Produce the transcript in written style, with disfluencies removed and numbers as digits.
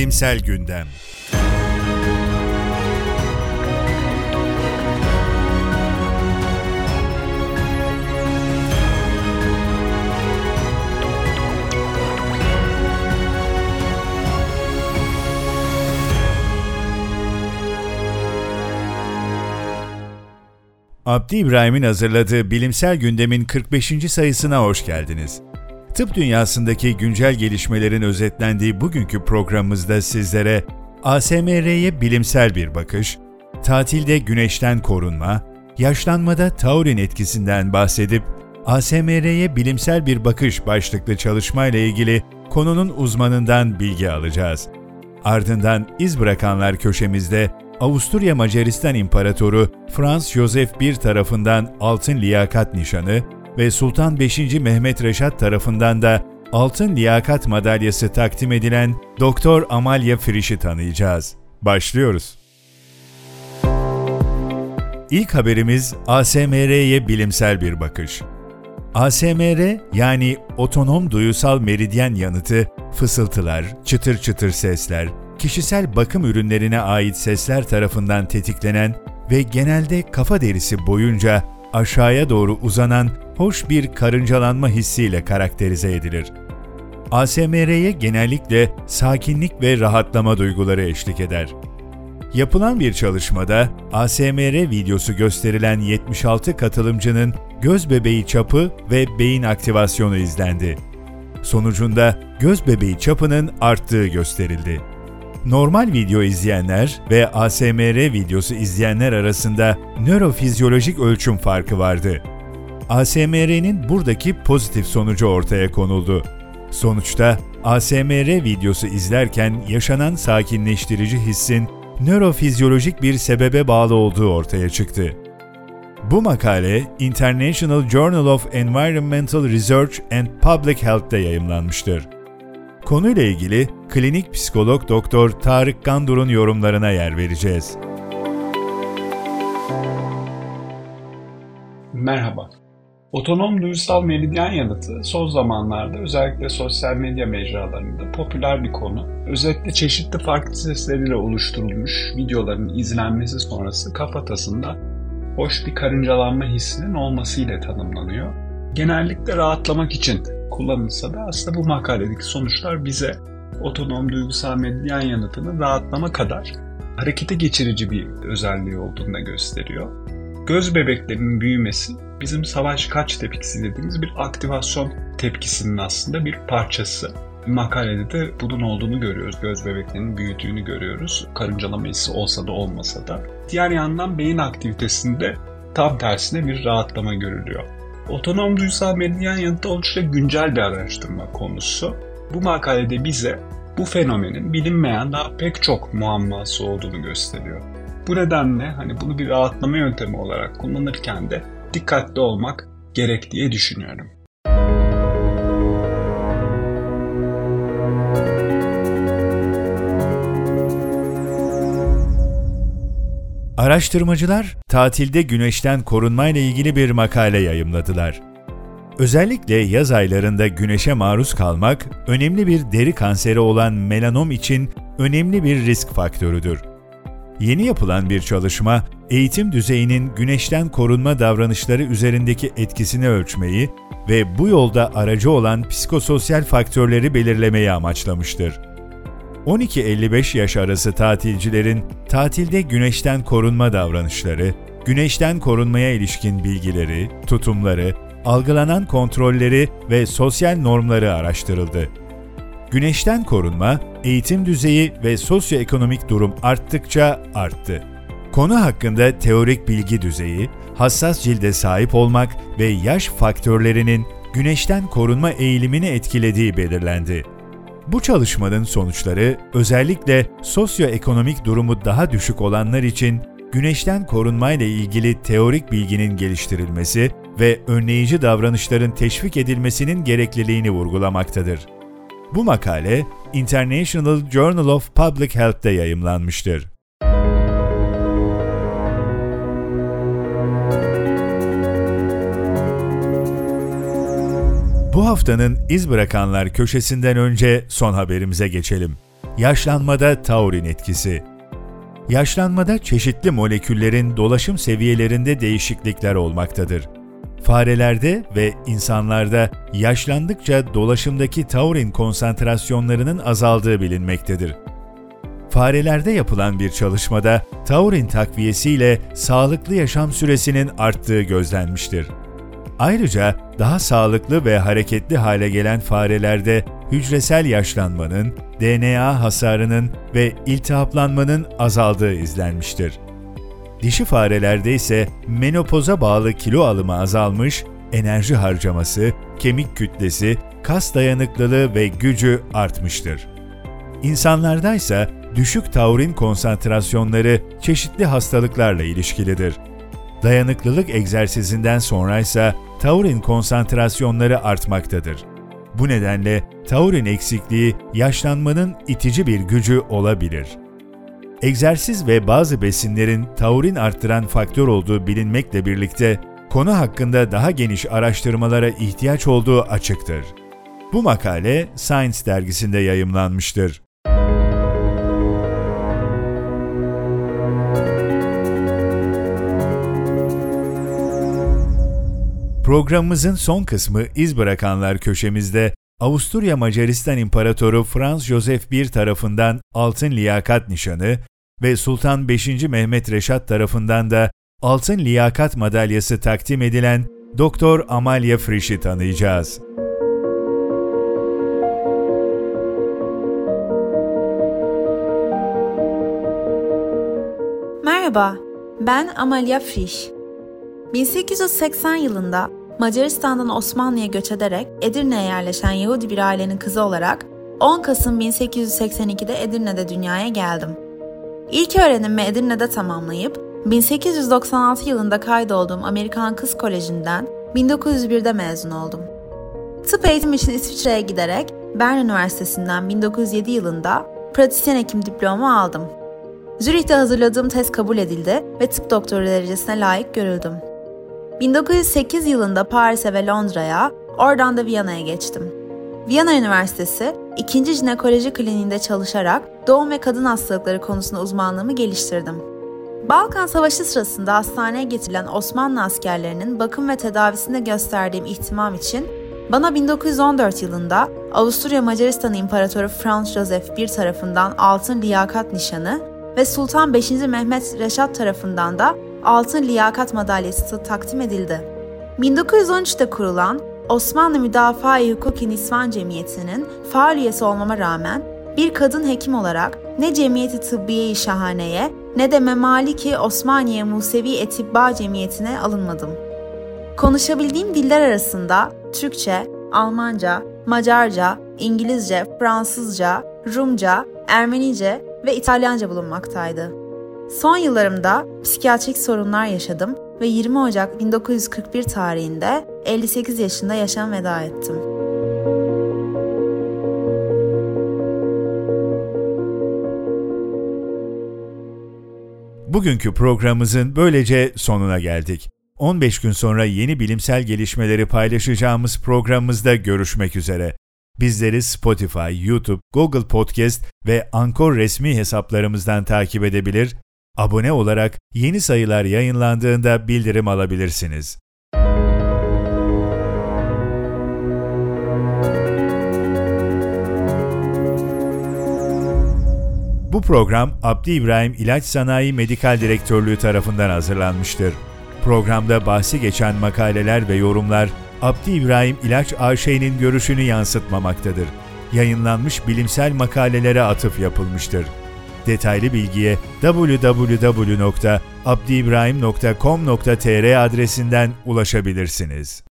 Bilimsel Gündem. Abdi İbrahim'in hazırladığı Bilimsel Gündem'in 45. sayısına hoş geldiniz. Tıp dünyasındaki güncel gelişmelerin özetlendiği bugünkü programımızda sizlere ASMR'ye bilimsel bir bakış, tatilde güneşten korunma, yaşlanmada taurin etkisinden bahsedip ASMR'ye bilimsel bir bakış başlıklı çalışmayla ilgili konunun uzmanından bilgi alacağız. Ardından iz bırakanlar köşemizde Avusturya Macaristan İmparatoru Franz Joseph I tarafından Altın Liyakat Nişanı ve Sultan 5. Mehmet Reşat tarafından da Altın Liyakat Madalyası takdim edilen Doktor Amalia Frisch'i tanıyacağız. Başlıyoruz. İlk haberimiz ASMR'ye bilimsel bir bakış. ASMR yani otonom duyusal meridyen yanıtı, fısıltılar, çıtır çıtır sesler, kişisel bakım ürünlerine ait sesler tarafından tetiklenen ve genelde kafa derisi boyunca aşağıya doğru uzanan hoş bir karıncalanma hissiyle karakterize edilir. ASMR'ye genellikle sakinlik ve rahatlama duyguları eşlik eder. Yapılan bir çalışmada ASMR videosu gösterilen 76 katılımcının göz bebeği çapı ve beyin aktivasyonu izlendi. Sonucunda göz bebeği çapının arttığı gösterildi. Normal video izleyenler ve ASMR videosu izleyenler arasında nörofizyolojik ölçüm farkı vardı. ASMR'nin buradaki pozitif sonucu ortaya konuldu. Sonuçta ASMR videosu izlerken yaşanan sakinleştirici hissin nörofizyolojik bir sebebe bağlı olduğu ortaya çıktı. Bu makale International Journal of Environmental Research and Public Health'te yayımlanmıştır. Konuyla ilgili klinik psikolog Dr. Tarık Gandur'un yorumlarına yer vereceğiz. Merhaba. Otonom duyusal meridyen yanıtı son zamanlarda özellikle sosyal medya mecralarında popüler bir konu. Özellikle çeşitli farklı sesleriyle oluşturulmuş videoların izlenmesi sonrası kafatasında hoş bir karıncalanma hissinin olmasıyla tanımlanıyor. Genellikle rahatlamak için kullanılsa da aslında bu makaledeki sonuçlar bize otonom duygusal meridyen yanıtının rahatlama kadar harekete geçirici bir özelliği olduğunu da gösteriyor. Göz bebeklerinin büyümesi bizim savaş kaç tepkisi dediğimiz bir aktivasyon tepkisinin aslında bir parçası. Makalede de bunun olduğunu görüyoruz. Göz bebeklerinin büyüdüğünü görüyoruz. Karıncalama hissi olsa da olmasa da. Diğer yandan beyin aktivitesinde tam tersine bir rahatlama görülüyor. Otonom duysal meridyen yanıtı oldukça güncel bir araştırma konusu. Bu makalede bize bu fenomenin bilinmeyen daha pek çok muamması olduğunu gösteriyor. Bu nedenle bunu bir rahatlama yöntemi olarak kullanırken de dikkatli olmak gerek diye düşünüyorum. Araştırmacılar, tatilde güneşten korunmayla ilgili bir makale yayımladılar. Özellikle yaz aylarında güneşe maruz kalmak, önemli bir deri kanseri olan melanom için önemli bir risk faktörüdür. Yeni yapılan bir çalışma, eğitim düzeyinin güneşten korunma davranışları üzerindeki etkisini ölçmeyi ve bu yolda aracı olan psikososyal faktörleri belirlemeyi amaçlamıştır. 12-55 yaş arası tatilcilerin tatilde güneşten korunma davranışları, güneşten korunmaya ilişkin bilgileri, tutumları, algılanan kontrolleri ve sosyal normları araştırıldı. Güneşten korunma, eğitim düzeyi ve sosyoekonomik durum arttıkça arttı. Konu hakkında teorik bilgi düzeyi, hassas cilde sahip olmak ve yaş faktörlerinin güneşten korunma eğilimini etkilediği belirlendi. Bu çalışmanın sonuçları özellikle sosyoekonomik durumu daha düşük olanlar için güneşten korunmayla ilgili teorik bilginin geliştirilmesi ve önleyici davranışların teşvik edilmesinin gerekliliğini vurgulamaktadır. Bu makale International Journal of Public Health'te yayımlanmıştır. Bu haftanın iz bırakanlar köşesinden önce son haberimize geçelim. Yaşlanmada taurin etkisi. Yaşlanmada çeşitli moleküllerin dolaşım seviyelerinde değişiklikler olmaktadır. Farelerde ve insanlarda yaşlandıkça dolaşımdaki taurin konsantrasyonlarının azaldığı bilinmektedir. Farelerde yapılan bir çalışmada taurin takviyesiyle sağlıklı yaşam süresinin arttığı gözlenmiştir. Ayrıca daha sağlıklı ve hareketli hale gelen farelerde hücresel yaşlanmanın, DNA hasarının ve iltihaplanmanın azaldığı izlenmiştir. Dişi farelerde ise menopoza bağlı kilo alımı azalmış, enerji harcaması, kemik kütlesi, kas dayanıklılığı ve gücü artmıştır. İnsanlarda ise düşük taurin konsantrasyonları çeşitli hastalıklarla ilişkilidir. Dayanıklılık egzersizinden sonra ise taurin konsantrasyonları artmaktadır. Bu nedenle taurin eksikliği yaşlanmanın itici bir gücü olabilir. Egzersiz ve bazı besinlerin taurin arttıran faktör olduğu bilinmekle birlikte konu hakkında daha geniş araştırmalara ihtiyaç olduğu açıktır. Bu makale Science dergisinde yayımlanmıştır. Programımızın son kısmı iz bırakanlar köşemizde Avusturya Macaristan İmparatoru Franz Joseph I tarafından Altın Liyakat Nişanı ve Sultan 5. Mehmet Reşat tarafından da Altın Liyakat Madalyası takdim edilen Doktor Amalia Frisch'i tanıyacağız. Merhaba, ben Amalia Frisch. 1880 yılında Macaristan'dan Osmanlı'ya göç ederek Edirne'ye yerleşen Yahudi bir ailenin kızı olarak 10 Kasım 1882'de Edirne'de dünyaya geldim. İlk öğrenimimi Edirne'de tamamlayıp 1896 yılında kaydolduğum Amerikan Kız Koleji'nden 1901'de mezun oldum. Tıp eğitimi için İsviçre'ye giderek Bern Üniversitesi'nden 1907 yılında pratisyen hekim diplomamı aldım. Zürih'te hazırladığım tez kabul edildi ve tıp doktoru derecesine layık görüldüm. 1908 yılında Paris'e ve Londra'ya, oradan da Viyana'ya geçtim. Viyana Üniversitesi 2. Jinekoloji Kliniğinde çalışarak doğum ve kadın hastalıkları konusunda uzmanlığımı geliştirdim. Balkan Savaşı sırasında hastaneye getirilen Osmanlı askerlerinin bakım ve tedavisinde gösterdiğim ihtimam için bana 1914 yılında Avusturya Macaristan İmparatoru Franz Joseph I tarafından Altın Liyakat Nişanı ve Sultan 5. Mehmet Reşat tarafından da Altın Liyakat Madalyası takdim edildi. 1913'te kurulan Osmanlı Müdafaa-i Hukuki Nisvan Cemiyeti'nin faal üyesi olmama rağmen bir kadın hekim olarak ne Cemiyeti Tıbbiye-i Şahane'ye ne de Memaliki Osmaniye Musevi Etibba Cemiyeti'ne alınmadım. Konuşabildiğim diller arasında Türkçe, Almanca, Macarca, İngilizce, Fransızca, Rumca, Ermenice ve İtalyanca bulunmaktaydı. Son yıllarımda psikiyatrik sorunlar yaşadım ve 20 Ocak 1941 tarihinde 58 yaşında yaşama veda ettim. Bugünkü programımızın böylece sonuna geldik. 15 gün sonra yeni bilimsel gelişmeleri paylaşacağımız programımızda görüşmek üzere. Bizleri Spotify, YouTube, Google Podcast ve Anchor resmi hesaplarımızdan takip edebilir, abone olarak yeni sayılar yayınlandığında bildirim alabilirsiniz. Bu program Abdi İbrahim İlaç Sanayi Medikal Direktörlüğü tarafından hazırlanmıştır. Programda bahsi geçen makaleler ve yorumlar Abdi İbrahim İlaç AŞ'nin görüşünü yansıtmamaktadır. Yayınlanmış bilimsel makalelere atıf yapılmıştır. Detaylı bilgiye www.abdiibrahim.com.tr adresinden ulaşabilirsiniz.